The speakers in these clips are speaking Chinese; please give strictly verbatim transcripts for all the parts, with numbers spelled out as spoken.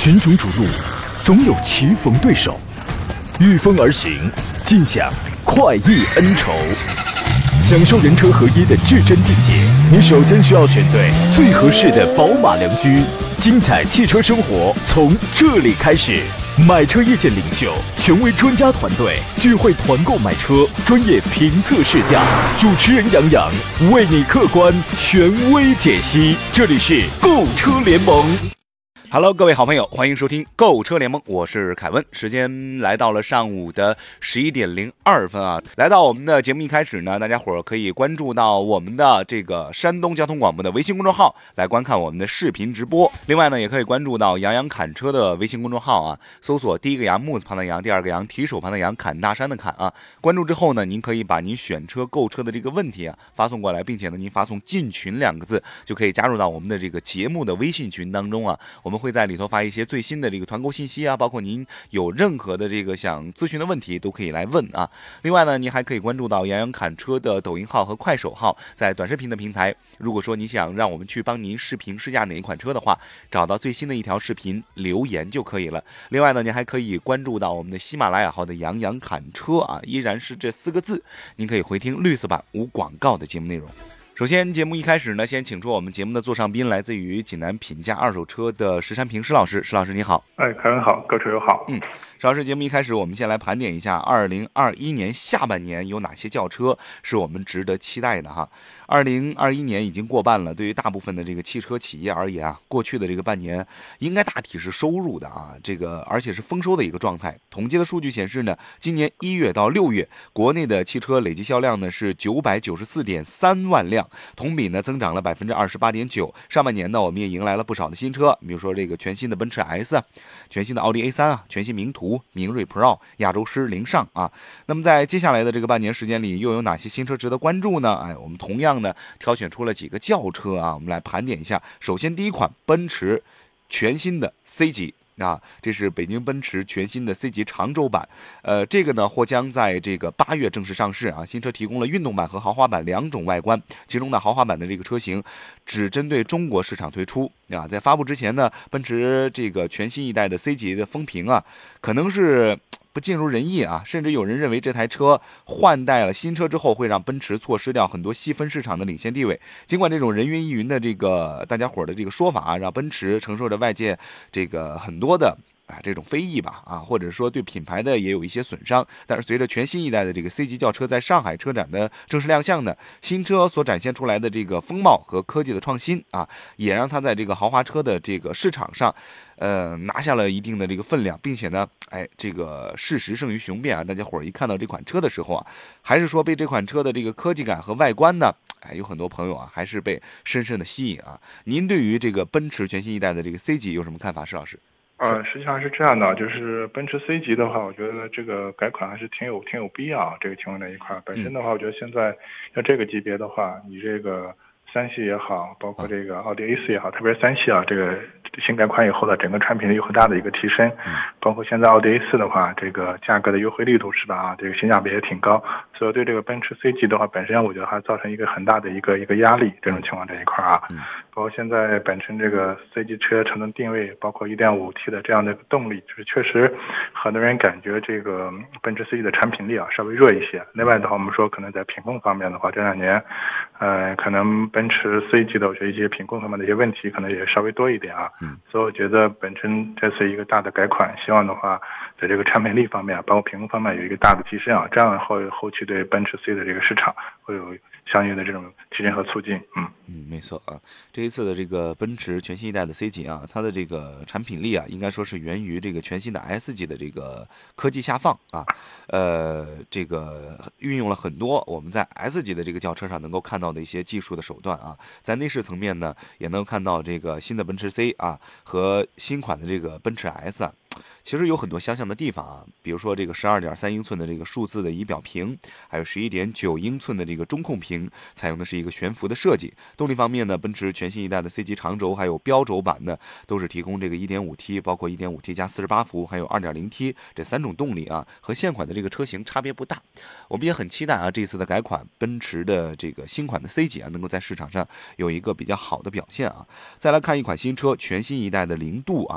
群雄逐鹿，总有棋逢对手，御风而行，尽享快意恩仇。享受人车合一的至臻境界，你首先需要选对最合适的宝马良驹。精彩汽车生活从这里开始。买车意见领袖，权威专家团队聚会团购买车，专业评测试驾，主持人杨洋为你客观权威解析。这里是购车联盟。 Hello， 各位好朋友，欢迎收听购车联盟，我是凯文。时间来到了上午的十一点零二分啊。来到我们的节目一开始呢，大家伙儿可以关注到我们的这个山东交通广播的微信公众号来观看我们的视频直播。另外呢，也可以关注到杨洋侃车的微信公众号啊，搜索第一个杨木字旁的杨，第二个杨提手旁的杨，侃大山的侃啊。关注之后呢，您可以把您选车购车的这个问题啊发送过来，并且呢，您发送进群两个字，就可以加入到我们的这个节目的微信群当中啊。我们会在里头发一些最新的这个团购信息啊，包括您有任何的这个想咨询的问题都可以来问啊。另外呢，您还可以关注到杨洋侃车的抖音号和快手号，在短视频的平台。如果说你想让我们去帮您视频试驾哪一款车的话，找到最新的一条视频留言就可以了。另外呢，您还可以关注到我们的喜马拉雅号的杨洋侃车啊，依然是这四个字，您可以回听绿色版无广告的节目内容。首先，节目一开始呢，先请出我们节目的座上宾，来自于济南品价二手车的石山平石老师。石老师你好。 哎，凯文好，各位车友好。 嗯，石老师，节目一开始，我们先来盘点一下二零二一年下半年有哪些轿车是我们值得期待的哈。二零二一年已经过半了，对于大部分的这个汽车企业而言啊，过去的这个半年应该大体是收入的啊，这个而且是丰收的一个状态。统计的数据显示呢，今年一月到六月，国内的汽车累计销量呢是九百九十四点三万辆。同比呢增长了百分之二十八点九。上半年呢，我们也迎来了不少的新车，比如说这个全新的奔驰 S 啊，全新的奥迪 A 三 啊，全新名图、明锐 Pro、亚洲狮凌尚啊。那么在接下来的这个半年时间里，又有哪些新车值得关注呢？哎，我们同样呢挑选出了几个轿车啊，我们来盘点一下。首先第一款奔驰全新的 C 级。啊，这是北京奔驰全新的 C 级长轴版，呃，这个呢或将在这个八月正式上市啊。新车提供了运动版和豪华版两种外观，其中呢豪华版的这个车型只针对中国市场推出啊。在发布之前呢，奔驰这个全新一代的 C 级的风评啊，可能是不尽如人意啊，甚至有人认为这台车换代了新车之后会让奔驰错失掉很多细分市场的领先地位。尽管这种人云亦云的这个大家伙的这个说法啊，让奔驰承受着外界这个很多的啊这种非议吧啊，或者说对品牌的也有一些损伤。但是随着全新一代的这个 C 级轿车在上海车展的正式亮相呢，新车所展现出来的这个风貌和科技的创新啊，也让它在这个豪华车的这个市场上呃，拿下了一定的这个分量，并且呢，哎，这个事实胜于雄辩啊！大家伙儿一看到这款车的时候啊，还是说被这款车的这个科技感和外观呢，哎，有很多朋友啊，还是被深深的吸引啊。您对于这个奔驰全新一代的这个 C 级有什么看法，石老师？ 呃，实际上是这样的，就是奔驰 C 级的话，我觉得这个改款还是挺有挺有必要。这个情况在一块本身的话，我觉得现在要这个级别的话，你这个三系也好，包括这个奥迪 A 四也好，特别是三系啊，这个新改款以后的整个产品力有很大的一个提升，包括现在奥迪 A 四的话，这个价格的优惠力度是吧啊，这个性价比也挺高，所以对这个奔驰 C 级的话，本身我觉得还造成一个很大的一个一个压力，这种情况这一块啊，包括现在本身这个 C 级车产能定位，包括 一点五 T 的这样的一个动力，就是确实很多人感觉这个奔驰 C 级的产品力啊稍微弱一些。另外的话，我们说可能在品控方面的话，这两年，呃，可能奔驰 C 级的我觉得一些品控方面的一些问题可能也稍微多一点啊。所以我觉得本身这次一个大的改款，希望的话在这个产品力方面，包括品控方面有一个大的提升啊，这样后后期对奔驰 C 的这个市场会有相应的这种提升和促进。嗯嗯，没错啊，这一次的这个奔驰全新一代的 C 级啊，它的这个产品力啊，应该说是源于这个全新的 S 级的这个科技下放啊，呃，这个运用了很多我们在 S 级的这个轿车上能够看到的一些技术的手段啊，在内饰层面呢，也能看到这个新的奔驰 C 啊和新款的这个奔驰 S 啊。其实有很多相像的地方啊，比如说这个十二点三英寸的这个数字的仪表屏，还有十一点九英寸的这个中控屏，采用的是一个悬浮的设计。动力方面呢，奔驰全新一代的 C 级长轴还有标轴版呢，都是提供这个 一点五 T， 包括 一点五 T 加四十八伏，还有 二点零 T 这三种动力啊，和现款的这个车型差别不大。我们也很期待啊，这次的改款奔驰的这个新款的 C 级啊，能够在市场上有一个比较好的表现啊。再来看一款新车，全新一代的零度啊，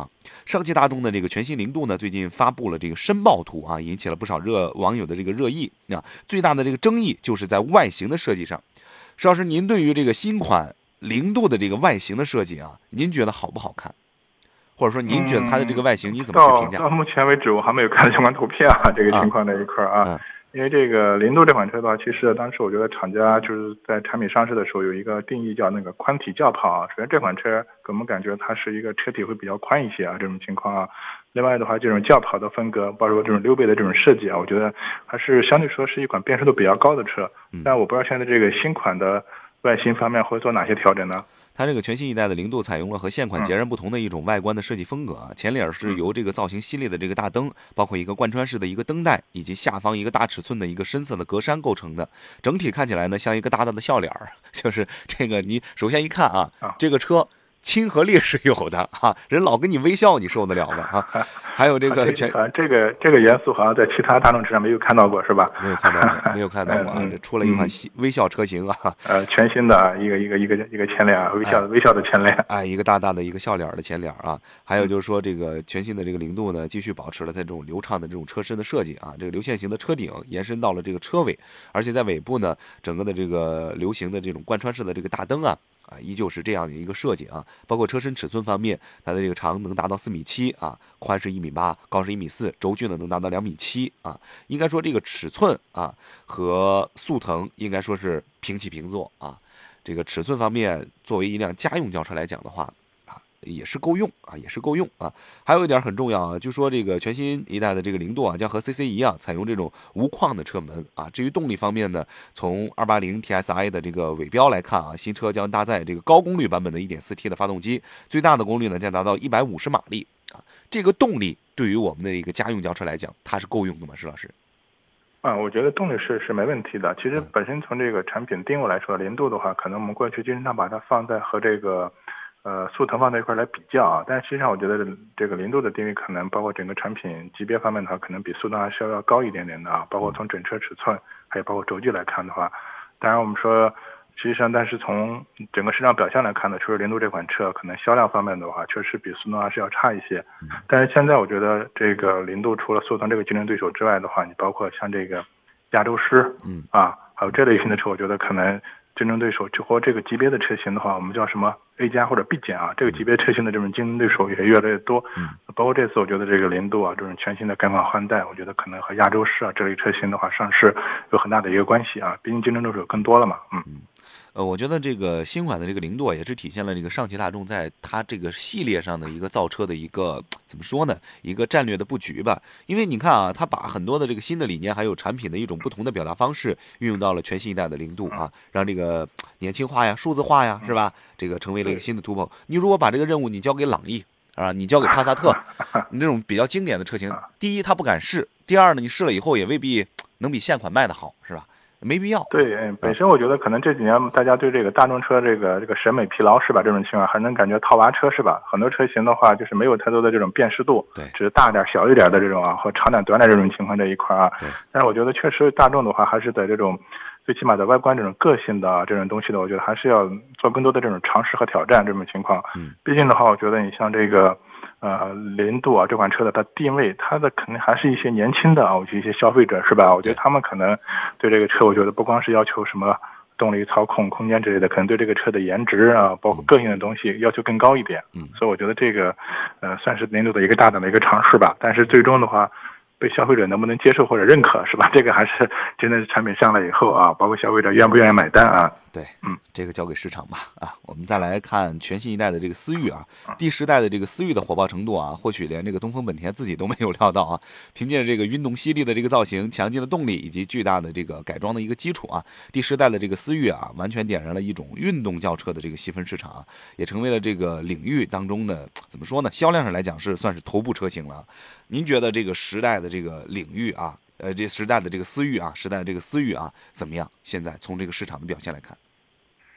上汽大众的这个全新零度呢，最近发布了这个申报图啊，引起了不少热网友的这个热议啊。最大的这个争议就是在外形的设计上。石老师，您对于这个新款零度的这个外形的设计啊，您觉得好不好看？或者说您觉得它的这个外形你怎么去评价？ 嗯、到到目前为止我还没有看到相关图片啊，这个情况这一块啊。嗯因为这个零度这款车的话，其实当时我觉得厂家就是在产品上市的时候有一个定义叫那个宽体轿跑啊。首先这款车给我们感觉它是一个车体会比较宽一些啊，这种情况啊。另外的话，这种轿跑的风格，包括这种溜背的这种设计啊，我觉得还是相对说是一款辨识度比较高的车。但我不知道现在这个新款的外形方面会做哪些调整呢？ 它这个全新一代的零度采用了和现款截然不同的一种外观的设计风格啊，前脸是由这个造型犀利的这个大灯，包括一个贯穿式的一个灯带，以及下方一个大尺寸的一个深色的格栅构成的，整体看起来呢像一个大大的笑脸儿，就是这个你首先一看啊，这个车亲和力是有的啊，人老跟你微笑，你受得了吗？啊，还有这个全啊，这个这个元素好像在其他大众车上没有看到过，是吧？ 没有看到过，没有看到过啊！这出了一款微笑车型啊， 呃，全新的一个一个一个一个前脸啊，微笑微笑的前脸， 哎，一个大大的一个笑脸的前脸啊。还有就是说，这个全新的这个零度呢，继续保持了它这种流畅的这种车身的设计啊，这个流线型的车顶延伸到了这个车尾，而且在尾部呢，整个的这个流行的这种贯穿式的这个大灯啊。啊，依旧是这样的一个设计啊，包括车身尺寸方面，它的这个长能达到四米七啊，宽是一米八，高是一米四，轴距呢能达到两米七啊。应该说这个尺寸啊和速腾应该说是平起平坐啊。这个尺寸方面，作为一辆家用轿车来讲的话。也是够用啊，也是够用啊。还有一点很重要啊，就说这个全新一代的这个零度啊，将和 C C 一样，采用这种无框的车门啊。至于动力方面呢，从二八零 T S I 的这个尾标来看啊，新车将搭载这个高功率版本的 一点四 T 的发动机，最大的功率呢将达到一百五十马力啊。这个动力对于我们的一个家用轿车来讲，它是够用的吗？施老师？ 啊，我觉得动力是是没问题的。其实本身从这个产品定位来说，零度的话，可能我们过去经常把它放在和这个。呃，速腾放在一块来比较啊，但实际上我觉得这个零度的定位可能包括整个产品级别方面的话，可能比速腾还是要高一点点的啊，包括从整车尺寸，还有包括轴距来看的话，当然我们说，实际上但是从整个市场表现来看呢，确实零度这款车可能销量方面的话，确实比速腾还是要差一些。但是现在我觉得这个零度除了速腾这个竞争对手之外的话，你包括像这个亚洲狮，嗯啊，还有这类型的车，我觉得可能。竞争对手就或这个级别的车型的话，我们叫什么 A 加或者 B 减啊，这个级别车型的这种竞争对手也越来越多。嗯，包括这次我觉得这个零度啊，这种全新的改款换代，我觉得可能和亚洲狮啊这类车型的话上市有很大的一个关系啊，毕竟竞争对手更多了嘛。嗯。 嗯呃，我觉得这个新款的这个零度也是体现了这个上汽大众在它这个系列上的一个造车的一个怎么说呢，一个战略的布局吧。因为你看啊，它把很多的这个新的理念还有产品的一种不同的表达方式运用到了全新一代的零度啊，让这个年轻化呀、数字化呀，是吧？这个成为了一个新的突破。你如果把这个任务你交给朗逸啊，你交给帕萨特，你这种比较经典的车型，第一它不敢试，第二呢，你试了以后也未必能比现款卖的好，是吧？没必要。 对，本身我觉得可能这几年大家对这个大众车这个这个审美疲劳是吧？这种情况还能感觉套娃车是吧？很多车型的话就是没有太多的这种辨识度， 对， 只是大点小一点的这种啊，和长点短点这种情况这一块啊。对。但是我觉得确实大众的话还是在这种最起码在外观这种个性的、啊、这种东西的，我觉得还是要做更多的这种尝试和挑战这种情况。嗯。毕竟的话，我觉得你像这个。呃，零度啊，这款车的它定位，它的肯定还是一些年轻的啊，我觉得一些消费者是吧？我觉得他们可能对这个车，我觉得不光是要求什么动力、操控、空间之类的，可能对这个车的颜值啊，包括个性的东西要求更高一点。嗯，所以我觉得这个呃，算是零度的一个大胆的一个尝试吧。但是最终的话，被消费者能不能接受或者认可是吧？这个还是真的是产品上来以后啊，包括消费者愿不愿意买单啊。 对，嗯，这个交给市场吧。啊，我们再来看全新一代的这个思域啊，第十代的这个思域的火爆程度啊，或许连这个东风本田自己都没有料到啊。凭借着这个运动犀利的这个造型、强劲的动力以及巨大的这个改装的一个基础啊，第十代的这个思域啊，完全点燃了一种运动轿车的这个细分市场啊，也成为了这个领域当中的怎么说呢？销量上来讲是算是头部车型了。您觉得这个时代的这个领域啊，呃，这时代的这个思域啊，时代的这个思域啊，怎么样？现在从这个市场的表现来看？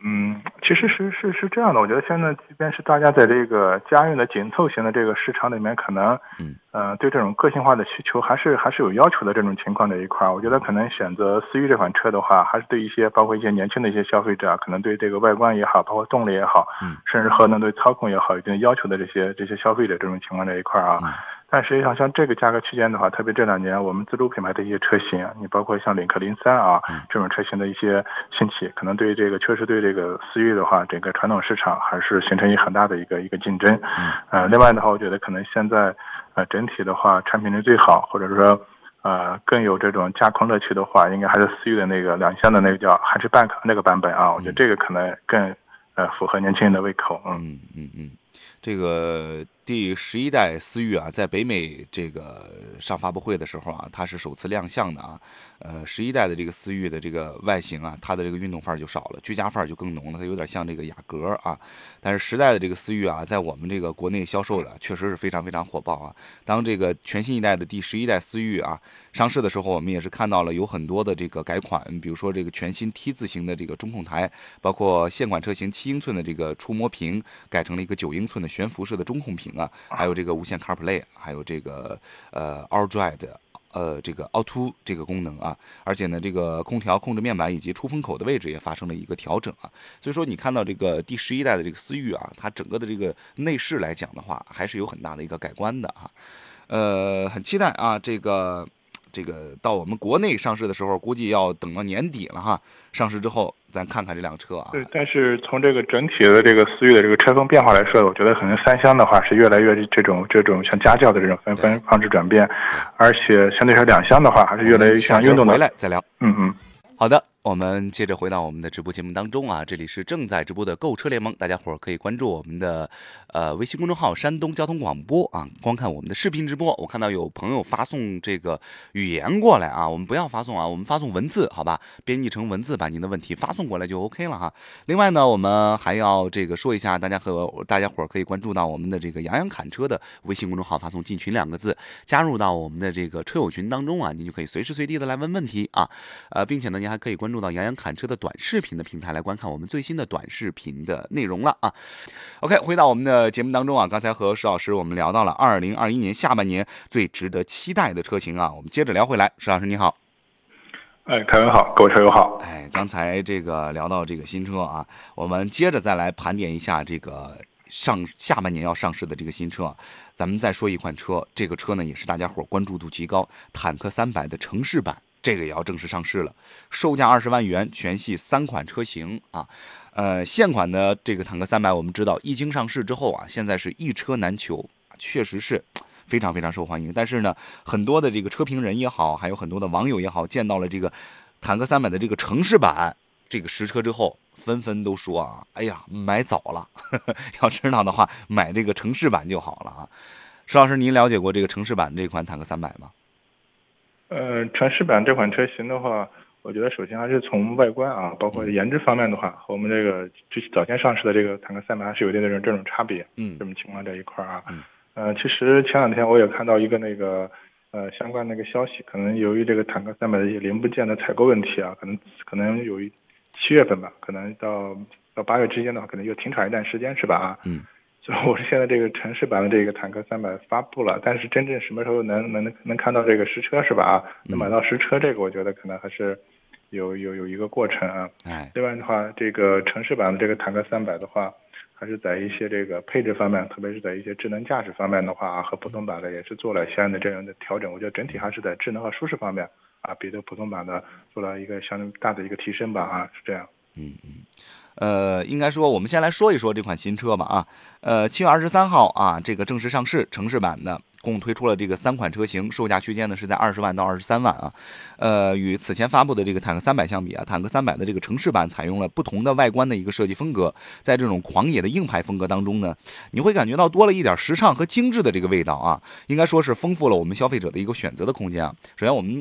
嗯，其实是是是这样的，我觉得现在即便是大家在这个家用的紧凑型的这个市场里面，可能， 嗯， 呃，对这种个性化的需求还是还是有要求的这种情况这一块，我觉得可能选择思域这款车的话，还是对一些包括一些年轻的一些消费者，可能对这个外观也好，包括动力也好， 嗯， 甚至核能对操控也好，一定要求的这些这些消费者这种情况这一块啊。 嗯， 但实际上，像这个价格区间的话，特别这两年我们自主品牌的一些车型，你包括像领克零三啊这种车型的一些兴起，可能对这个确实对这个思域的话，整个传统市场还是形成一很大的一个一个竞争。呃，另外的话，我觉得可能现在呃整体的话，产品力最好，或者说呃更有这种驾控乐趣的话，应该还是思域的那个两厢的那个叫 hatchback 那个版本啊，我觉得这个可能更呃符合年轻人的胃口。 嗯嗯嗯嗯，这个第十一代思域啊，在北美这个上发布会的时候啊，它是首次亮相的啊。呃，十一代的这个思域的这个外形啊，它的这个运动范儿就少了，居家范儿就更浓了，它有点像这个雅阁啊。但是十代的这个思域啊，在我们这个国内销售的确实是非常非常火爆啊。当这个全新一代的第十一代思域啊上市的时候，我们也是看到了有很多的这个改款，比如说这个全新 T 字形的这个中控台，包括现款车型七英寸的这个触摸屏改成了一个九英寸的悬浮式的中控屏啊，还有这个无线 CarPlay， 还有这个呃 AllDrive 的呃这个 Auto 这个功能啊，而且呢这个空调控制面板以及出风口的位置也发生了一个调整啊，所以说你看到这个第十一代的这个思域啊，它整个的这个内饰来讲的话，还是有很大的一个改观的啊，呃很期待啊这个。这个到我们国内上市的时候，估计要等到年底了哈。上市之后，咱看看这辆车啊。 对，但是从这个整体的这个思域的这个车风变化来说，我觉得可能三厢的话是越来越这种这种像家轿的这种纷纷方式转变，而且相对说两厢的话还是越来越像运动的。 回来再聊。 嗯嗯。 好的，我们接着回到我们的直播节目当中啊，这里是正在直播的购车联盟，大家伙儿可以关注我们的呃微信公众号山东交通广播啊，观看我们的视频直播。我看到有朋友发送这个语言过来啊，我们不要发送啊，我们发送文字好吧，编辑成文字把您的问题发送过来就 OK 了哈。另外呢，我们还要这个说一下，大家和大家伙儿可以关注到我们的这个杨洋侃车的微信公众号，发送进群两个字，加入到我们的这个车友群当中啊，您就可以随时随地的来问问题啊，呃，并且呢，您还可以关注到杨洋侃车的短视频的平台来观看我们最新的短视频的内容了啊。OK， 回到我们的节目当中啊，刚才和石老师我们聊到了二零二一年下半年最值得期待的车型啊，我们接着聊回来，石老师你好。 哎，凯文好，各位车友好。 哎，刚才这个聊到这个新车啊，我们接着再来盘点一下这个上下半年要上市的这个新车。咱们再说一款车，这个车呢也是大家伙关注度极高，坦克三百的城市版。这个也要正式上市了，售价二十万元，全系三款车型啊。呃，现款的这个坦克三百，我们知道一经上市之后啊，现在是一车难求，确实是非常非常受欢迎。但是呢，很多的这个车评人也好，还有很多的网友也好，见到了这个坦克三百的这个城市版这个实车之后，纷纷都说啊，哎呀，买早了，呵呵，要知道的话，买这个城市版就好了啊。石老师，您了解过这个城市版这款坦克三百吗？ 呃，城市版这款车型的话，我觉得首先还是从外观啊，包括颜值方面的话，和我们这个最早先上市的这个坦克三百还是有一定的这种这种差别。嗯，这种情况这一块啊。嗯。呃，其实前两天我也看到一个那个呃相关的一个消息，可能由于这个坦克三百的一些零部件的采购问题啊，可能可能有一七月份吧，可能到到八月之间的话，可能又停产一段时间，是吧？啊。嗯。所以我是现在这个城市版的这个坦克三百发布了，但是真正什么时候能能能看到这个实车是吧？啊，能买到实车，这个我觉得可能还是有有有一个过程啊。哎，另外的话，这个城市版的这个坦克三百的话，还是在一些这个配置方面，特别是在一些智能驾驶方面的话啊，和普通版的也是做了相应的这样的调整。我觉得整体还是在智能和舒适方面啊，比这普通版的做了一个相对大的一个提升吧啊，是这样。 嗯嗯。呃，应该说，我们先来说一说这款新车吧啊。呃，七月二十三号啊，这个正式上市，城市版的，共推出了这个三款车型，售价区间呢是在二十万到二十三万啊。呃，与此前发布的这个坦克三百相比啊，坦克三百的这个城市版采用了不同的外观的一个设计风格，在这种狂野的硬派风格当中呢，你会感觉到多了一点时尚和精致的这个味道啊。应该说是丰富了我们消费者的一个选择的空间啊。首先我们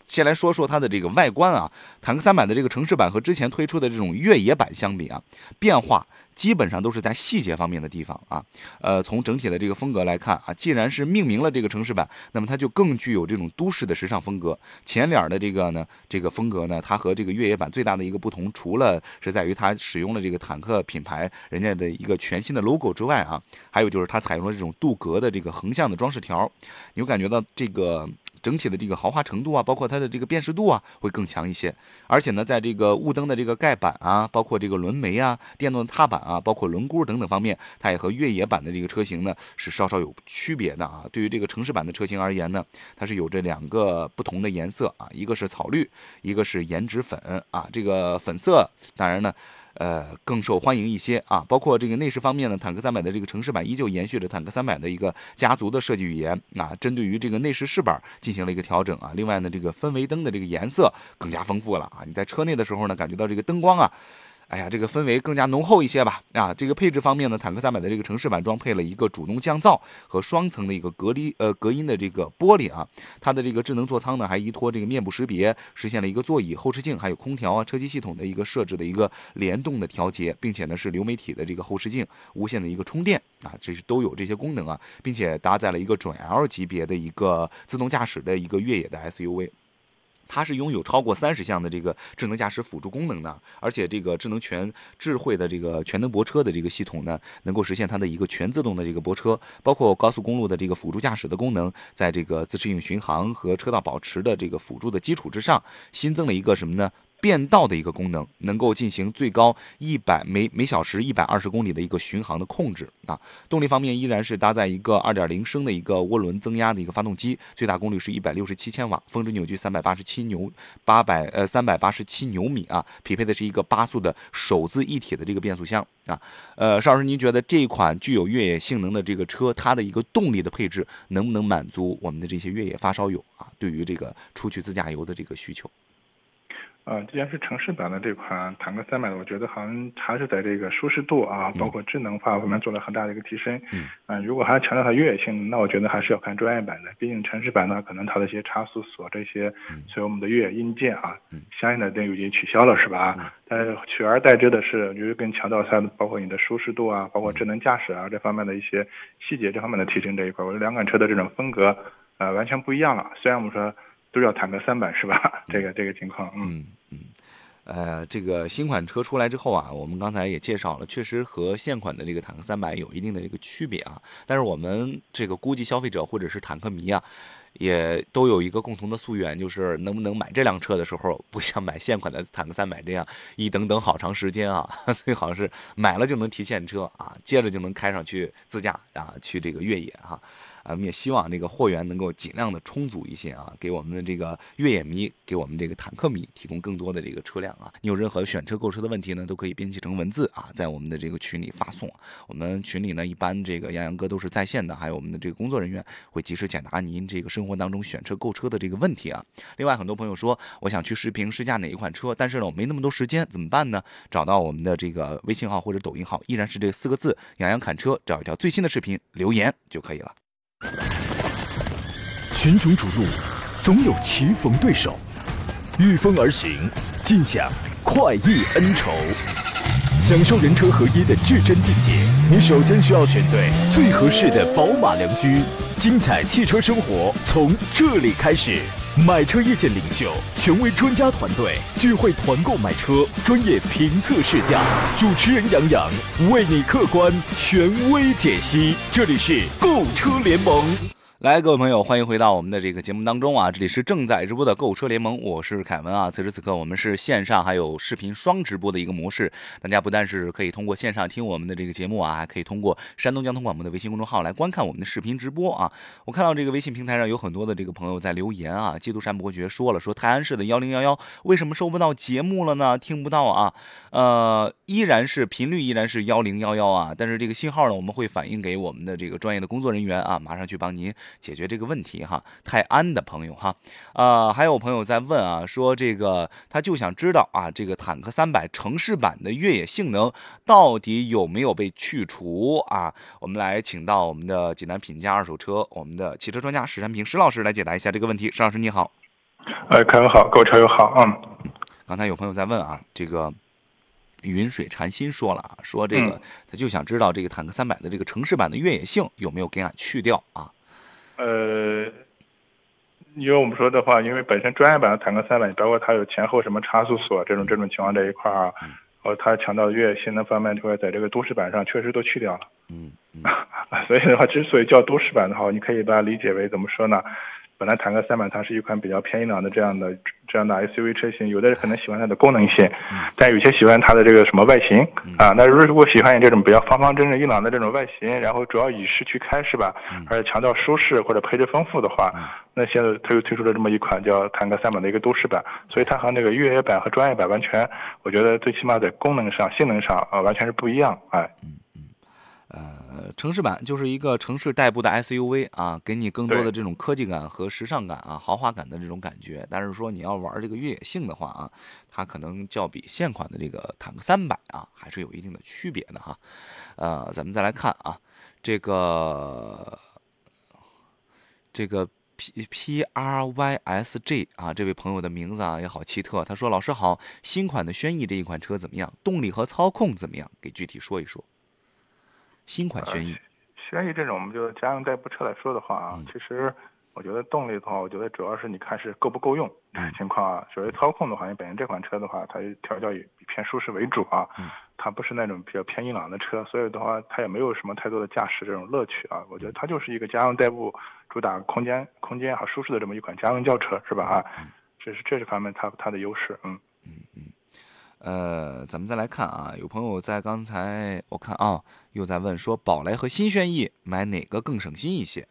先来说说它的这个外观啊，坦克三百的这个城市版和之前推出的这种越野版相比啊，变化基本上都是在细节方面的地方啊。呃，从整体的这个风格来看啊，既然是命名了这个城市版，那么它就更具有这种都市的时尚风格。前脸的这个呢，这个风格呢，它和这个越野版最大的一个不同，除了是在于它使用了这个坦克品牌人家的一个全新的 logo 之外啊，还有就是它采用了这种镀铬的这个横向的装饰条，你会感觉到这个整体的这个豪华程度啊，包括它的这个辨识度啊，会更强一些。而且呢，在这个雾灯的这个盖板啊，包括这个轮眉啊、电动的踏板啊，包括轮毂等等方面，它也和越野版的这个车型呢是稍稍有区别的啊。对于这个城市版的车型而言呢，它是有这两个不同的颜色啊，一个是草绿，一个是颜值粉啊。这个粉色当然呢，呃，更受欢迎一些啊。包括这个内饰方面呢，坦克三百的这个城市版依旧延续着坦克三百的一个家族的设计语言啊，针对于这个内饰饰板进行了一个调整啊。另外呢，这个氛围灯的这个颜色更加丰富了啊。你在车内的时候呢，感觉到这个灯光啊，哎呀，这个氛围更加浓厚一些吧。啊，这个配置方面呢，坦克三百的这个城市版装配了一个主动降噪和双层的一个隔离呃隔音的这个玻璃啊。它的这个智能座舱呢，还依托这个面部识别，实现了一个座椅、后视镜还有空调啊、车机系统的一个设置的一个联动的调节，并且呢是流媒体的这个后视镜、无线的一个充电啊，这是都有这些功能啊，并且搭载了一个准 L 级别的一个自动驾驶的一个越野的 S U V。它是拥有超过三十项的这个智能驾驶辅助功能的，而且这个智能全智慧的这个全能泊车的这个系统呢，能够实现它的一个全自动的这个泊车，包括高速公路的这个辅助驾驶的功能，在这个自适应巡航和车道保持的这个辅助的基础之上，新增了一个什么呢？变道的一个功能，能够进行最高一百每每小时一百二十公里的一个巡航的控制啊。动力方面依然是搭载一个二点零升的一个涡轮增压的一个发动机，最大功率是一百六十七千瓦，峰值扭矩三百八十七牛八百呃三百八十七牛米啊，匹配的是一个八速的手自一体的这个变速箱啊。呃，邵老师，您觉得这一款具有越野性能的这个车，它的一个动力的配置能不能满足我们的这些越野发烧友啊对于这个出去自驾游的这个需求？ 呃，既然是城市版的这款坦克三百，我觉得好像还是在这个舒适度啊，包括智能化方面做了很大的一个提升。嗯，呃、如果还强调它越野性能，那我觉得还是要看专业版的。毕竟城市版呢，可能它的一些差速锁这些，所以我们的越野硬件啊，相应的都已经取消了，是吧？嗯、但是取而代之的是，我觉得更强调它的包括你的舒适度啊，包括智能驾驶啊这方面的一些细节这方面的提升这一块，我觉得两款车的这种风格呃完全不一样了。虽然我们说都叫坦克三百是吧？这个这个情况，嗯嗯。呃，这个新款车出来之后啊，我们刚才也介绍了，确实和现款的这个坦克三百有一定的这个区别啊。但是我们这个估计消费者或者是坦克迷啊，也都有一个共同的夙愿，就是能不能买这辆车的时候，不像买现款的坦克三百这样一等等好长时间啊，最好是买了就能提现车啊，接着就能开上去自驾啊，去这个越野哈。啊，我们也希望这个货源能够尽量的充足一些啊，给我们的这个越野迷，给我们这个坦克迷提供更多的这个车辆啊。你有任何选车购车的问题呢，都可以编辑成文字啊，在我们的这个群里发送。我们群里呢，一般这个杨洋哥都是在线的，还有我们的这个工作人员会及时解答您这个生活当中选车购车的这个问题啊。另外，很多朋友说，我想去视频试驾哪一款车，但是呢，我没那么多时间，怎么办呢？找到我们的这个微信号或者抖音号，依然是这四个字“杨洋侃车”，找一条最新的视频留言就可以了。 群雄逐鹿，总有棋逢对手，御风而行，尽享快意恩仇。享受人车合一的至臻境界，你首先需要选对最合适的宝马良驹。精彩汽车生活从这里开始。买车意见领袖，权威专家团队聚会团购买车，专业评测试驾，主持人杨洋为你客观权威解析。这里是购车联盟。 来，各位朋友，欢迎回到我们的这个节目当中啊！这里是正在直播的购车联盟，我是凯文啊。此时此刻，我们是线上还有视频双直播的一个模式，大家不但是可以通过线上听我们的这个节目啊，还可以通过山东交通广播的微信公众号来观看我们的视频直播啊。我看到这个微信平台上有很多的这个朋友在留言啊，基督山伯爵说了，说泰安市的幺零幺幺为什么收不到节目了呢？听不到啊？呃，依然是频率依然是幺零幺幺啊，但是这个信号呢，我们会反映给我们的这个专业的工作人员啊，马上去帮您解决这个问题哈。泰安的朋友哈，呃，还有朋友在问啊，说这个他就想知道啊，这个坦克三百城市版的越野性能到底有没有被去除啊？我们来请到我们的济南品家二手车，我们的汽车专家石山平石老师来解答一下这个问题。石老师你好。 哎，开友好，各位车友好，嗯。 刚才有朋友在问啊，这个云水禅心说了啊，说这个、 嗯、 他就想知道这个坦克三百的这个城市版的越野性有没有给俺去掉啊？ 呃，因为我们说的话，因为本身专业版的坦克三百，包括它有前后什么差速锁这种这种情况这一块啊， 嗯， 呃，它强调越野性能方面，这块在这个都市版上确实都去掉了。 嗯嗯， 所以的话，之所以叫都市版的话，你可以把它理解为怎么说呢？本来坦克三百它是一款比较偏硬朗的这样的这样的 S U V 车型，有的人可能喜欢它的功能性，但有些喜欢它的这个什么外形啊。那如果喜欢你这种比较方方正正硬朗的这种外形，然后主要以市区开是吧，而且强调舒适或者配置丰富的话，那现在它又推出了这么一款叫坦克三百的一个都市版，所以它和那个越野版和专业版完全，我觉得最起码在功能上、性能上啊完全是不一样，哎。 呃，城市版就是一个城市代步的 S U V 啊，给你更多的这种科技感和时尚感啊、豪华感的这种感觉。但是说你要玩这个越野性的话啊，它可能较比现款的这个坦克三百啊，还是有一定的区别的哈。呃，咱们再来看啊，这个这个 P P R Y S G 啊，这位朋友的名字啊也好奇特。他说：“老师好，新款的轩逸这一款车怎么样？动力和操控怎么样？给具体说一说。”新款轩逸， 轩逸这种我们就家用代步车来说的话啊，嗯、其实我觉得动力的话，我觉得主要是你看是够不够用这个情况啊。所谓操控的话，你本身这款车的话，它调教以偏舒适为主啊，嗯、它不是那种比较偏硬朗的车，所以的话它也没有什么太多的驾驶这种乐趣啊。我觉得它就是一个家用代步，主打空间、空间和舒适的这么一款家用轿车，是吧？啊，这是这是方面它它的优势，嗯嗯嗯。呃，咱们再来看啊，有朋友在刚才我看啊，又在问说，宝来和新轩逸买哪个更省心一些？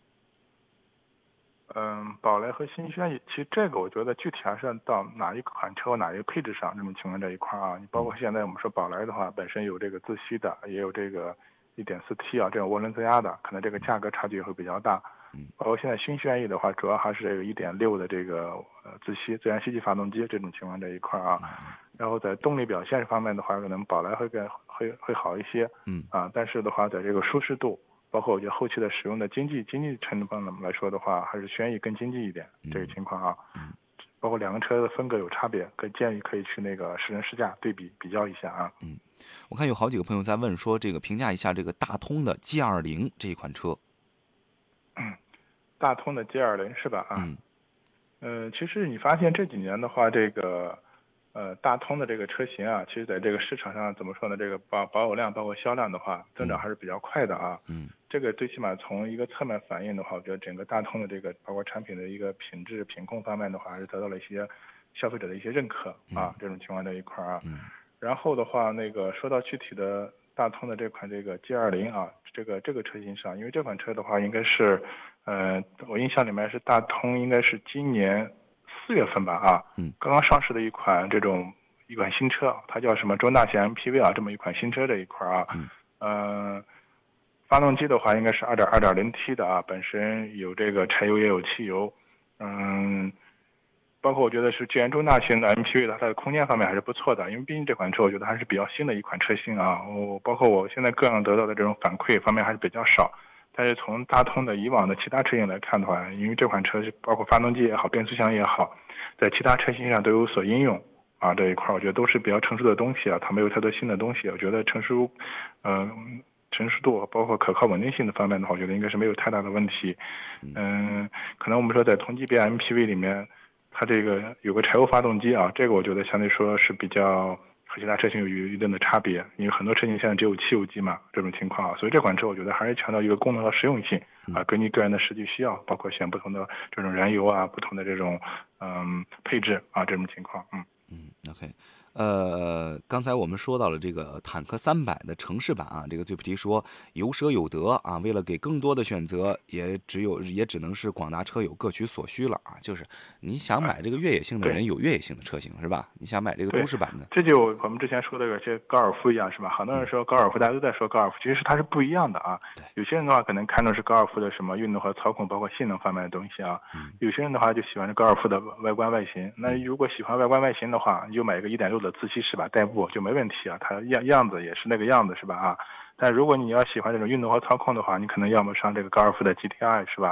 嗯，宝来和新轩逸，其实这个我觉得具体还是到哪一款车、哪一个配置上这种情况这一块啊。你包括现在我们说宝来的话，本身有这个自吸的，也有这个 一点四 T 啊这种涡轮增压的，可能这个价格差距也会比较大。包括现在新轩逸的话，主要还是这个 一点六 的这个呃自吸自然吸气发动机这种情况这一块啊。然后在动力表现方面的话，可能宝来会更会会好一些，嗯啊，但是的话，在这个舒适度，包括我觉得后期的使用的经济经济成分来说的话，还是轩逸更经济一点，这个情况啊，嗯，包括两个车的风格有差别，可以建议可以去那个试乘试驾对比比较一下啊。 嗯，我看有好几个朋友在问说，这个评价一下这个大通的 G 二零这一款车。 嗯，大通的 G 二零是吧？啊， 嗯， 呃，其实你发现这几年的话，这个。呃，大通的这个车型啊，其实在这个市场上怎么说呢？这个保保有量包括销量的话，增长还是比较快的啊。嗯，这个最起码从一个侧面反映的话，我觉得整个大通的这个包括产品的一个品质品控方面的话，还是得到了一些消费者的一些认可啊。嗯、这种情况这一块啊。嗯。然后的话，那个说到具体的大通的这款这个 G 二零啊，这个这个车型上，因为这款车的话，应该是，呃，我印象里面是大通应该是今年。四月份吧啊，嗯，刚刚上市的一款这种一款新车，它叫什么中大型 M P V 啊，这么一款新车这一块啊，嗯，呃，发动机的话应该是二点二点零 T 的啊，本身有这个柴油也有汽油，嗯，包括我觉得是既然中大型的 M P V 的它的空间方面还是不错的，因为毕竟这款车我觉得还是比较新的一款车型啊，我包括我现在个人得到的这种反馈方面还是比较少。但是从大通的以往的其他车型来看的话，因为这款车是包括发动机也好，变速箱也好，在其他车型上都有所应用啊，这一块我觉得都是比较成熟的东西啊，它没有太多新的东西，我觉得成熟，嗯、呃，成熟度包括可靠稳定性的方面的话，我觉得应该是没有太大的问题。嗯，可能我们说在同级别 M P V 里面，它这个有个柴油发动机啊，这个我觉得相对说是比较。和其他车型有有一定的差别，因为很多车型现在只有汽油机嘛，这种情况啊，所以这款车我觉得还是强调一个功能和实用性啊，根据个人的实际需要，包括选不同的这种燃油啊，不同的这种嗯配置啊，这种情况，嗯嗯 ，OK。呃，刚才我们说到了这个坦克三百的城市版啊，这个最不提说有舍有得啊，为了给更多的选择，也只有也只能是广大车友各取所需了啊。就是你想买这个越野性的人有越野性的车型是吧？你想买这个都市版的， 这就我们之前说的有些高尔夫一样是吧？很多人说高尔夫，大家都在说高尔夫，其实它是不一样的啊。有些人的话可能看重是高尔夫的什么运动和操控，包括性能方面的东西啊。有些人的话就喜欢高尔夫的外观外形。那如果喜欢外观外形的话，你就买一个一点六的自吸是吧？代步就没问题啊，它样样子也是那个样子是吧啊？但如果你要喜欢这种运动和操控的话，你可能要么上这个高尔夫的 G T I 是吧啊？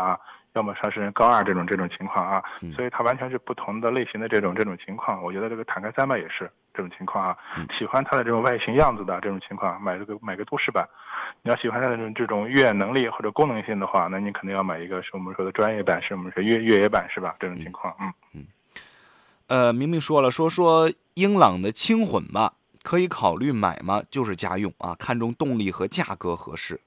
要么上是高二这种这种情况啊， 嗯所以它完全是不同的类型的这种这种情况。我觉得这个坦克三百也是这种情况啊， 嗯喜欢它的这种外形样子的这种情况，买这个买个都市版。你要喜欢它的这种这种越野能力或者功能性的话，那你肯定要买一个是我们说的专业版，是我们说越越野版是吧？这种情况，嗯嗯。呃，明明说了，说说英朗的轻混吧，可以考虑买吗？就是家用啊，看重动力和价格合适。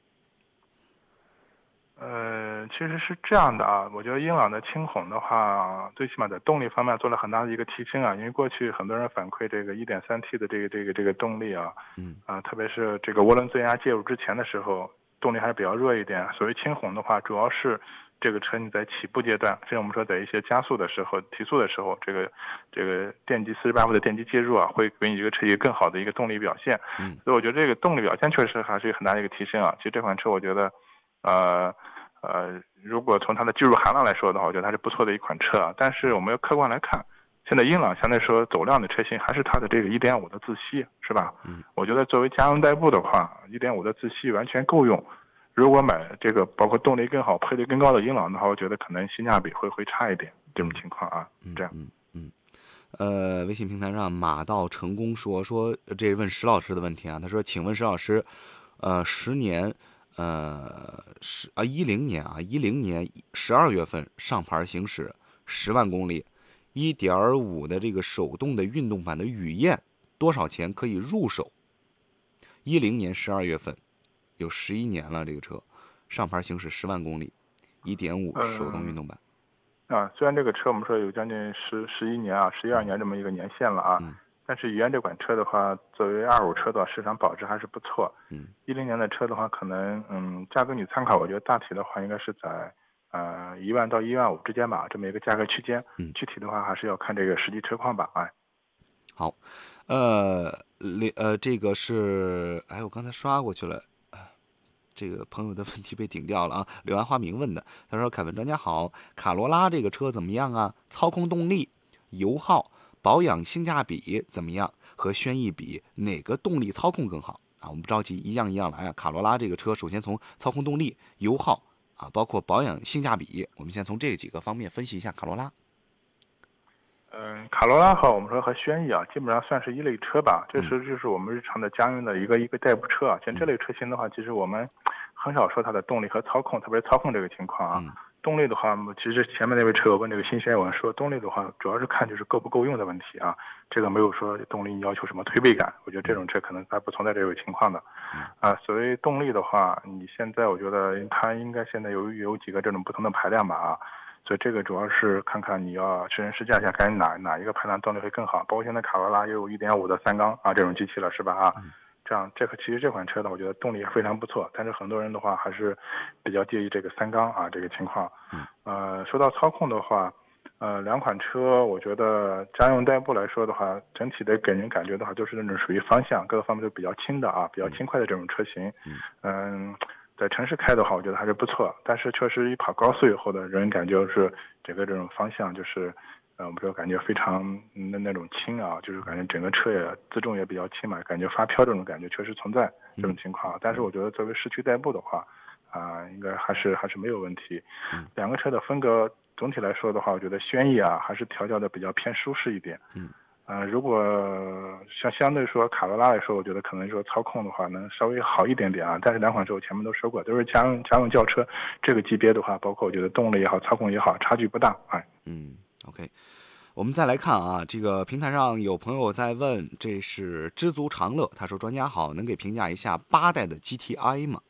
呃，其实是这样的啊，我觉得英朗的轻混的话，最起码在动力方面做了很大的一个提升啊。因为过去很多人反馈这个 一点三 T 的这个这个这个动力啊， 嗯啊，特别是这个涡轮增压介入之前的时候，动力还是比较弱一点。所谓轻混的话，主要是这个车你在起步阶段，甚至我们说在一些加速的时候、提速的时候，这个这个电机四十八伏的电机介入啊，会给你这个车一个更好的一个动力表现。 嗯， 所以我觉得这个动力表现确实还是有很大的一个提升啊。其实这款车我觉得。呃呃，如果从它的技术含量来说的话，我觉得它是不错的一款车啊。但是我们要客观来看，现在英朗相对说走量的车型还是它的这个 一点五 的自吸，是吧？ 嗯， 我觉得作为家用代步的话 ，一点五 的自吸完全够用。如果买这个包括动力更好、配置更高的英朗的话，我觉得可能性价比会会差一点。这种情况啊，这样。 嗯嗯。呃，微信平台上马到成功说说，这是问石老师的问题啊。他说：“请问石老师，呃，十年。”呃，十啊，一零年啊，一零年十二月份上牌行驶十万公里，一点五的这个手动的运动版的雨燕，多少钱可以入手？一零年十二月份，有十一年了，这个车上牌行驶十万公里，一点五手动运动版。 呃、啊，虽然这个车我们说有将近十十一年啊，十一二年这么一个年限了啊。 嗯， 但是雨燕这款车的话，作为二手车的市场保值还是不错。 嗯， 一零年的车的话，可能嗯价格你参考，我觉得大体的话应该是在呃一万到一万五之间吧，这么一个价格区间。 嗯， 具体的话还是要看这个实际车况吧。哎， 好，呃，呃，这个是哎，我刚才刷过去了。这个朋友的问题被顶掉了啊！柳暗花明问的，他说：“凯文专家好，卡罗拉这个车怎么样啊？操控动力、油耗、保养性价比怎么样？和轩逸比，哪个动力操控更好啊？”我们不着急，一样一样来啊！卡罗拉这个车，首先从操控动力、油耗啊，包括保养性价比，我们先从这几个方面分析一下卡罗拉。 嗯，卡罗拉和我们说和轩逸啊，基本上算是一类车吧。这是就是我们日常的家用的一个一个代步车啊。像这类车型的话，其实我们很少说它的动力和操控，特别是操控这个情况啊。 嗯、 动力的话，其实前面那位车友问这个新鲜文说，动力的话主要是看就是够不够用的问题啊。这个没有说动力要求什么推背感，我觉得这种车可能它不存在这种情况的。啊，所谓动力的话，你现在我觉得它应该现在有有几个这种不同的排量吧啊。所以这个主要是看看你要试乘试驾一下，看哪哪一个排量动力会更好。包括现在卡罗拉也有 一点五 的三缸啊这种机器了，是吧啊？这样这个其实这款车呢，我觉得动力也非常不错，但是很多人的话还是比较介意这个三缸啊这个情况。呃，说到操控的话，呃，两款车我觉得家用代步来说的话，整体的给人感觉的话，都是那种属于方向各个方面都比较轻的啊，比较轻快的这种车型。嗯。在城市开的话，我觉得还是不错，但是确实一跑高速以后的人感觉是整个这种方向就是，呃，我们说感觉非常那那种轻啊，就是感觉整个车也自重也比较轻嘛，感觉发飘这种感觉确实存在这种情况。但是我觉得作为市区代步的话，啊、呃，应该还是还是没有问题。两个车的风格总体来说的话，我觉得轩逸啊还是调教的比较偏舒适一点。嗯。呃，如果像相对说卡罗拉来说，我觉得可能说操控的话能稍微好一点点啊。但是两款车我前面都说过，都是家用家用轿车，这个级别的话，包括我觉得动力也好，操控也好，差距不大。哎， 嗯 ，OK， 我们再来看啊，这个平台上有朋友在问，这是知足常乐，他说：“专家好，能给评价一下八代的 G T I 吗？”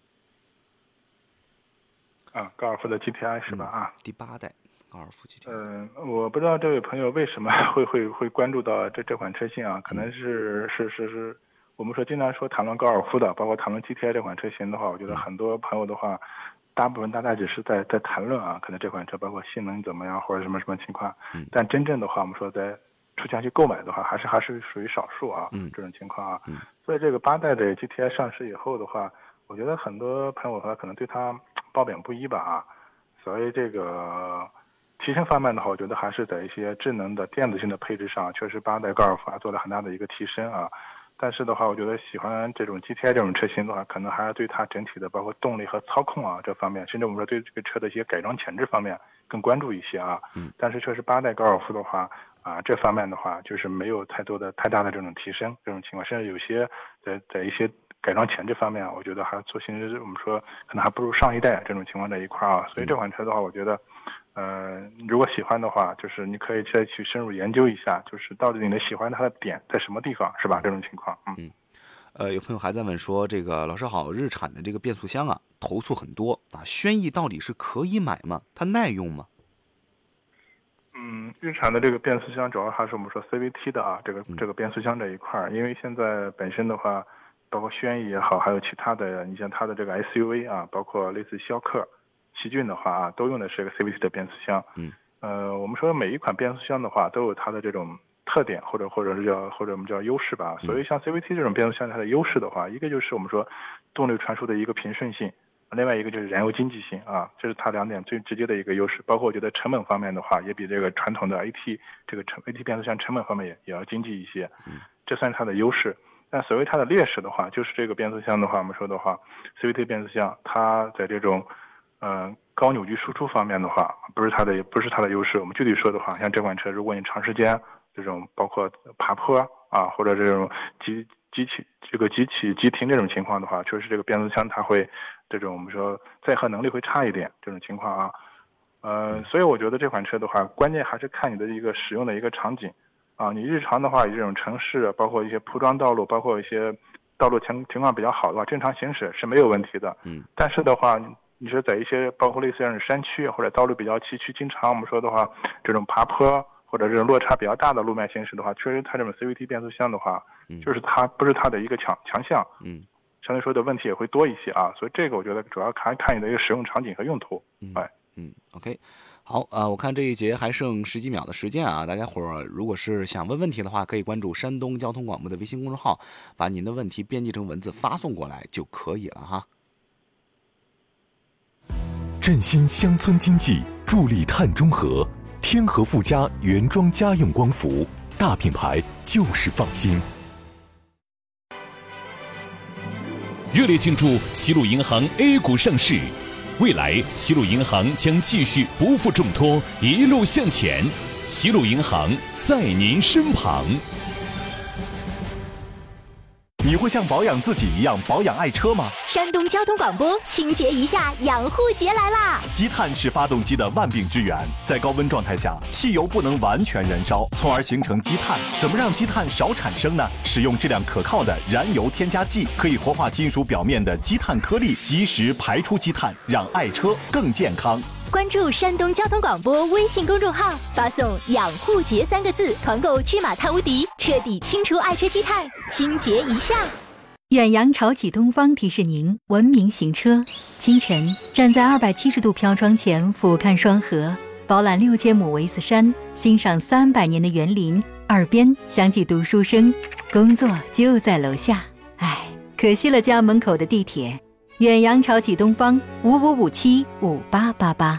啊，高尔夫的 G T I 是吧？啊、 嗯，第八代。高尔夫 G T I， 嗯、呃，我不知道这位朋友为什么会会会关注到这这款车型啊？可能是、嗯、是是是，我们说经常说谈论高尔夫的，包括谈论 G T I 这款车型的话，我觉得很多朋友的话，大部分大概只是在在谈论啊，可能这款车包括性能怎么样或者什么什么情况， 嗯、 但真正的话，我们说在出钱去购买的话，还是还是属于少数啊， 嗯、 这种情况啊。 嗯、 所以这个八代的 G T I 上市以后的话，我觉得很多朋友的话可能对它褒贬不一吧啊，所以这个。提升方面的话，我觉得还是在一些智能的电子性的配置上，确实八代高尔夫啊做了很大的一个提升啊。 但是的话，我觉得喜欢这种 G T I 这种车型的话，可能还是对它整体的包括动力和操控啊这方面，甚至我们说对这个车的一些改装潜质方面更关注一些啊。 嗯。 但是确实八代高尔夫的话啊，这方面的话就是没有太多的太大的这种提升这种情况，甚至有些在在一些改装潜质方面，我觉得还做新我们说可能还不如上一代这种情况在一块啊。所以这款车的话，我觉得。呃，如果喜欢的话，就是你可以再去深入研究一下，就是到底你的喜欢它的点在什么地方，是吧？这种情况，嗯。 嗯，呃，有朋友还在问说，这个老师好，日产的这个变速箱啊，投诉很多啊，轩逸到底是可以买吗？它耐用吗？ 嗯，日产的这个变速箱主要还是我们说 C V T 的啊，这个这个变速箱这一块，因为现在本身的话，包括轩逸也好，还有其他的，你像它的这个 S U V 啊，包括类似逍客。奇骏的话啊，都用的是一个 C V T 的变速箱。 嗯， 呃，我们说每一款变速箱的话，都有它的这种特点，或者或者是叫或者我们叫优势吧。所以像 C V T 这种变速箱，它的优势的话，一个就是我们说动力传输的一个平顺性，另外一个就是燃油经济性啊，这是它两点最直接的一个优势。包括我觉得成本方面的话，也比这个传统的 A T 这个成 A T 变速箱成本方面也也要经济一些。 嗯， 这算是它的优势。但所谓它的劣势的话，就是这个变速箱的话，我们说的话 ，C V T 变速箱它在这种呃，高扭矩输出方面的话，不是它的，不是它的优势。我们具体说的话，像这款车，如果你长时间这种包括爬坡啊，或者这种急急起这个急起急停这种情况的话，确实这个变速箱它会这种我们说载荷能力会差一点这种情况啊。呃，所以我觉得这款车的话，关键还是看你的一个使用的一个场景啊。你日常的话，这种城市包括一些铺装道路，包括一些道路情情况比较好的话，正常行驶是没有问题的。 嗯， 但是的话。你说在一些包括类似像山区或者道路比较崎岖，经常我们说的话，这种爬坡或者这种落差比较大的路面行驶的话，确实它这种 C V T 变速箱的话， 嗯、 就是它不是它的一个强强项， 嗯， 相对说的问题也会多一些啊。所以这个我觉得主要看看你的一个使用场景和用途。 嗯， 哎， 嗯 ，OK， 好啊、呃，我看这一节还剩十几秒的时间啊，大家伙儿如果是想问问题的话，可以关注山东交通广播的微信公众号，把您的问题编辑成文字发送过来就可以了哈。 振兴乡村经济，助力碳中和。天河富家原装家用光伏，大品牌就是放心。 热烈庆祝齐鲁银行 A 股上市，未来齐鲁银行将继续不负重托，一路向前。齐鲁银行在您身旁。 你会像保养自己一样保养爱车吗？ 山东交通广播清洁一下养护节来啦！ 积碳是发动机的万病之源，在高温状态下，汽油不能完全燃烧，从而形成积碳。怎么让积碳少产生呢？使用质量可靠的燃油添加剂，可以活化金属表面的积碳颗粒，及时排出积碳，让爱车更健康。 关注山东交通广播微信公众号，发送“养护节”三个字，团购驱马碳无敌，彻底清除爱车积碳，清洁一下。 远洋潮起东方提示您：文明行车。清晨，站在二百七十度飘窗前，俯瞰双河，饱览六千亩维斯山，欣赏三百年的园林，耳边响起读书声，工作就在楼下。唉，可惜了家门口的地铁。远洋潮起东方五五五七五八八八。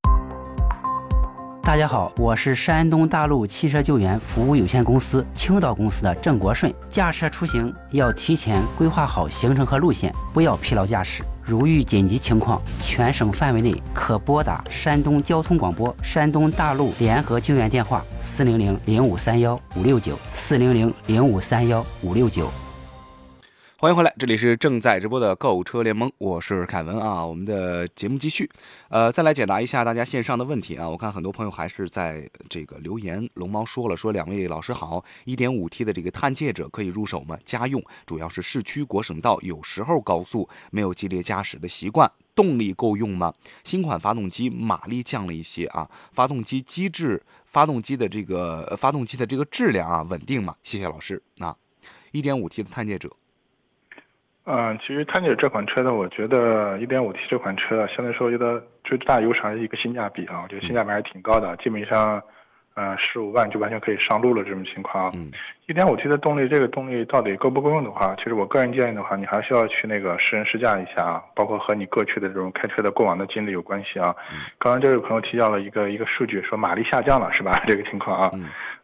大家好，我是山东大陆汽车救援服务有限公司青岛公司的郑国顺。驾车出行要提前规划好行程和路线，不要疲劳驾驶。如遇紧急情况，全省范围内可拨打山东交通广播山东大陆联合救援电话四零零零五三幺五六九四零零零五三幺五六九。 欢迎回来，这里是正在直播的购车联盟，我是凯文啊。我们的节目继续，呃，再来解答一下大家线上的问题啊。我看很多朋友还是在这个留言，龙猫说了，说两位老师好 ，一点五 T 的这个探界者可以入手吗？家用，主要是市区国省道，有时候高速没有激烈驾驶的习惯，动力够用吗？新款发动机马力降了一些啊，发动机机制，发动机的这个发动机的这个质量啊稳定吗？谢谢老师啊。一点五 T 的探界者。 嗯，其实探界者这款车呢，我觉得 一点五 T 这款车相对说，我觉得最大优势还是一个性价比啊，我觉得性价比还是挺高的，基本上，呃，十五万就完全可以上路了这种情况。嗯， 一点五 T 的动力，这个动力到底够不够用的话，其实我个人建议的话，你还是要去那个试乘试驾一下啊，包括和你过去的这种开车的过往的经历有关系啊。刚刚这位朋友提到了一个一个数据，说马力下降了是吧？这个情况啊。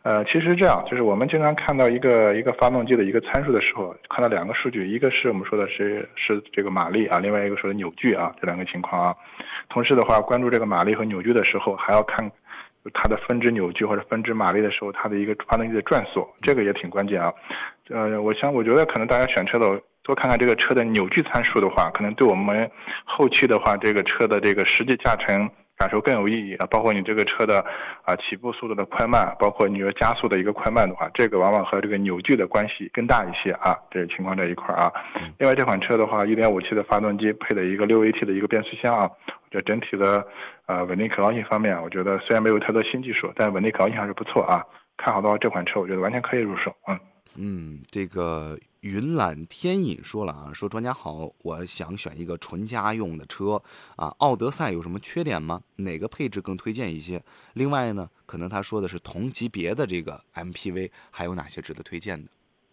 呃，其实这样，就是我们经常看到一个一个发动机的一个参数的时候，看到两个数据，一个是我们说的是是这个马力啊，另外一个说的扭矩啊，这两个情况啊。同时的话，关注这个马力和扭矩的时候，还要看它的分支扭矩或者分支马力的时候，它的一个发动机的转速，这个也挺关键啊。呃，我想我觉得可能大家选车的多看看这个车的扭矩参数的话，可能对我们后期的话，这个车的这个实际驾乘感受更有意义啊，包括你这个车的啊起步速度的快慢，包括你的加速的一个快慢的话，这个往往和这个扭矩的关系更大一些啊，这个情况在一块啊。另外这款车的话 一点五 T 的发动机配的一个 六 A T 的一个变速箱啊，我觉得整体的呃稳定可靠性方面，我觉得虽然没有太多新技术，但稳定可靠性还是不错啊。看好的话，这款车我觉得完全可以入手，嗯。 嗯，这个云览天隐说了啊，说专家好，我想选一个纯家用的车啊，奥德赛有什么缺点吗？哪个配置更推荐一些？另外呢，可能他说的是同级别的这个 M P V 还有哪些值得推荐的？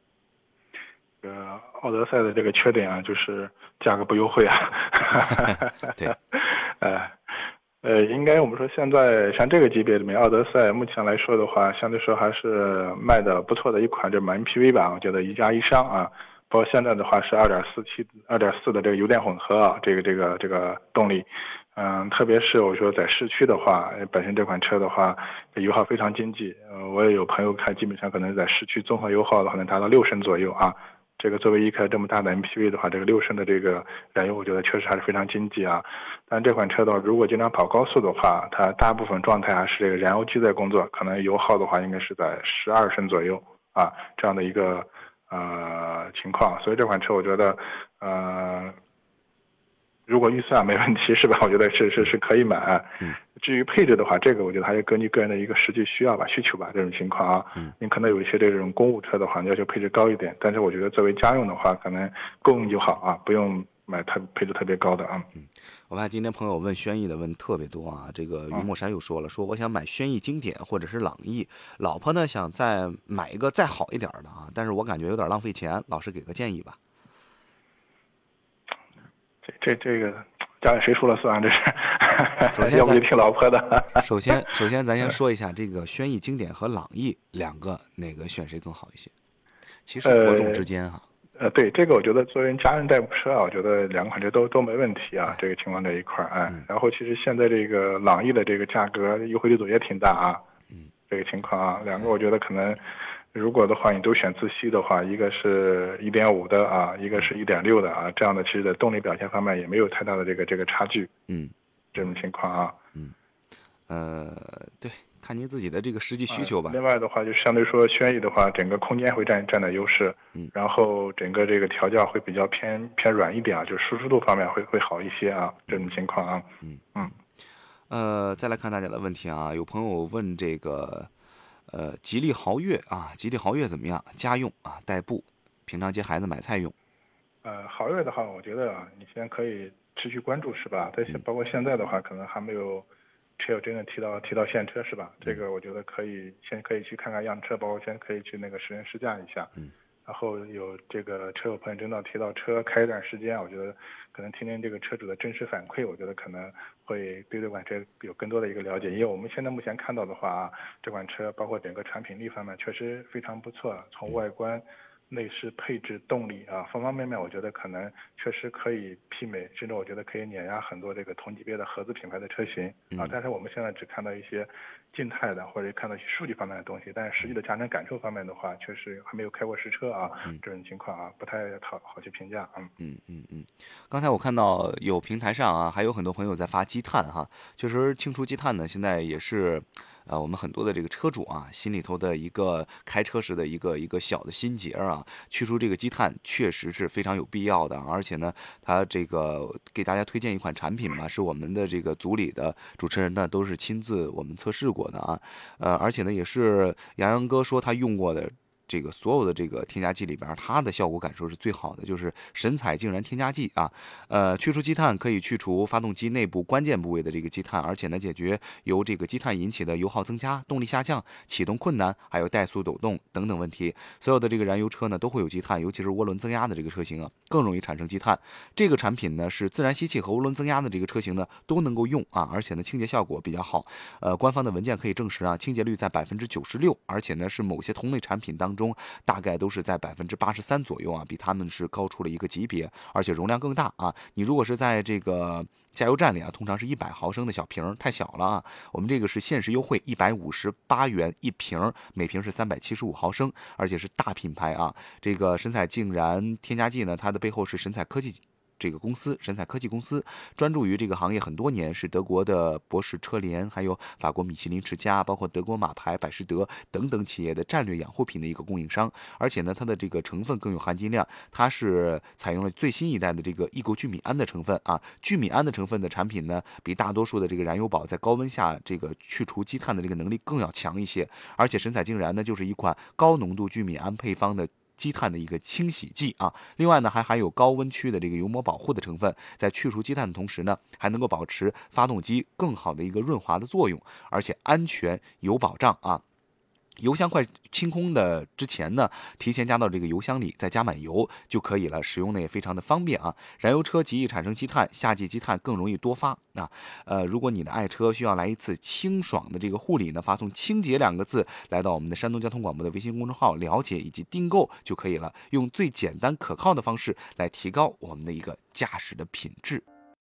呃，奥德赛的这个缺点啊，就是价格不优惠啊。 对， 呃。呃，应该我们说现在像这个级别里面，奥德赛目前来说的话，相对说还是卖的不错的一款这么 M P V 吧，我觉得一加一商啊。包括现在的话是 二点四 T 二点四 的这个油电混合啊，这个这个这个动力，嗯，特别是我说在市区的话，本身这款车的话油耗非常经济，呃，我也有朋友看，基本上可能在市区综合油耗的话能达到六升左右啊。这个作为一个这么大的 M P V 的话，这个六升的这个燃油，我觉得确实还是非常经济啊。但这款车的话，如果经常跑高速的话，它大部分状态还是这个燃油机在工作，可能油耗的话应该是在十二升左右啊，这样的一个呃情况。所以这款车我觉得，呃，如果预算没问题是吧？我觉得是是是可以买。 嗯。 至于配置的话，这个我觉得还是根据个人的一个实际需要吧、需求吧，这种情况啊。 嗯。 你可能有一些这种公务车的话，要求配置高一点，但是我觉得作为家用的话，可能够用就好啊，不用买特配置特别高的啊。 嗯。我看今天朋友问轩逸的问特别多啊，这个于墨山又说了，说我想买轩逸经典或者是朗逸，老婆呢想再买一个再好一点的啊，但是我感觉有点浪费钱，老师给个建议吧。 这这这个。家里谁说了算？这是， 首先要不就听老婆的。 首先，首先咱先说一下这个轩逸经典和朗逸两个哪个选谁更好一些？其实伯仲之间哈。 呃，呃对这个我觉得作为家用代步车啊，我觉得两款车都都没问题啊。这个情况在一块儿，哎、嗯，然后其实现在这个朗逸的这个价格优惠力度也挺大啊。嗯，这个情况啊，两个我觉得可能。如果的话，你都选自吸的话，一个是 一点五 的啊，一个是 一点六 的啊，这样的其实在动力表现方面也没有太大的这个这个差距。 嗯， 这种情况啊。 嗯，呃，对，看您自己的这个实际需求吧。 呃、另外的话，就相对说轩逸的话，整个空间会占占的优势。 嗯， 然后整个这个调教会比较偏偏软一点啊，就是舒适度方面会会好一些啊，这种情况啊。 嗯嗯。 呃，再来看大家的问题啊，有朋友问这个。呃，吉利豪越啊，吉利豪越怎么样？家用啊，代步，平常接孩子买菜用。 呃，豪越的话，我觉得啊，你先可以持续关注是吧？但是包括现在的话，可能还没有车友真正提到提到现车是吧？这个我觉得可以先可以去看看样车，包括先可以去那个实验试驾一下。 嗯。 然后有这个车友朋友真的提到车开一段时间，我觉得可能听听这个车主的真实反馈，我觉得可能会对这款车有更多的一个了解。因为我们现在目前看到的话，这款车包括整个产品力方面确实非常不错，从外观、内饰、配置、动力啊方方面面，我觉得可能确实可以媲美，甚至我觉得可以碾压很多这个同级别的合资品牌的车型啊。但是我们现在只看到一些静态的或者看到一些数据方面的东西，但是实际的驾乘感受方面的话，确实还没有开过实车啊， 嗯、 这种情况啊不太好好去评价。嗯嗯嗯嗯。刚才我看到有平台上啊，还有很多朋友在发积碳哈，确实清除积碳呢，现在也是。呃，我们很多的这个车主啊，心里头的一个开车时的一个一个小的心结啊，去除这个积碳确实是非常有必要的。而且呢，他这个给大家推荐一款产品嘛，是我们的这个组里的主持人呢都是亲自我们测试过的啊。呃，而且呢，也是杨洋哥说他用过的这个所有的这个添加剂里边，它的效果感受是最好的，就是神采净燃添加剂啊。呃，去除积碳可以去除发动机内部关键部位的这个积碳，而且呢，解决由这个积碳引起的油耗增加、动力下降、启动困难，还有怠速抖动等等问题。所有的这个燃油车呢都会有积碳，尤其是涡轮增压的这个车型啊，更容易产生积碳。这个产品呢是自然吸气和涡轮增压的这个车型呢都能够用啊，而且呢清洁效果比较好。呃，官方的文件可以证实啊，清洁率在百分之九十六，而且呢是某些同类产品当中大概都是在百分之八十三左右啊，比他们是高出了一个级别，而且容量更大啊。你如果是在这个加油站里啊，通常是一百毫升的小瓶，太小了啊。我们这个是限时优惠，一百五十八元一瓶，每瓶是三百七十五毫升，而且是大品牌啊。这个神采净燃添加剂呢，它的背后是神采科技。这个公司神采科技公司专注于这个行业很多年，是德国的博士车联，还有法国米其林之家，包括德国马牌、百事德等等企业的战略养护品的一个供应商。而且呢，它的这个成分更有含金量，它是采用了最新一代的这个异构聚米胺的成分啊。聚米胺的成分的产品呢，比大多数的这个燃油宝在高温下这个去除积碳的这个能力更要强一些。而且神采净燃呢，就是一款高浓度聚米胺配方的积碳的一个清洗剂啊，另外呢还含有高温区的这个油膜保护的成分，在去除积碳的同时呢，还能够保持发动机更好的一个润滑的作用，而且安全有保障啊。油箱快清空的之前呢，提前加到这个油箱里，再加满油就可以了，使用呢也非常的方便啊。燃油车极易产生积碳，夏季积碳更容易多发啊。呃，如果你的爱车需要来一次清爽的这个护理呢，发送清洁两个字来到我们的山东交通广播的微信公众号了解以及订购就可以了，用最简单可靠的方式来提高我们的一个驾驶的品质。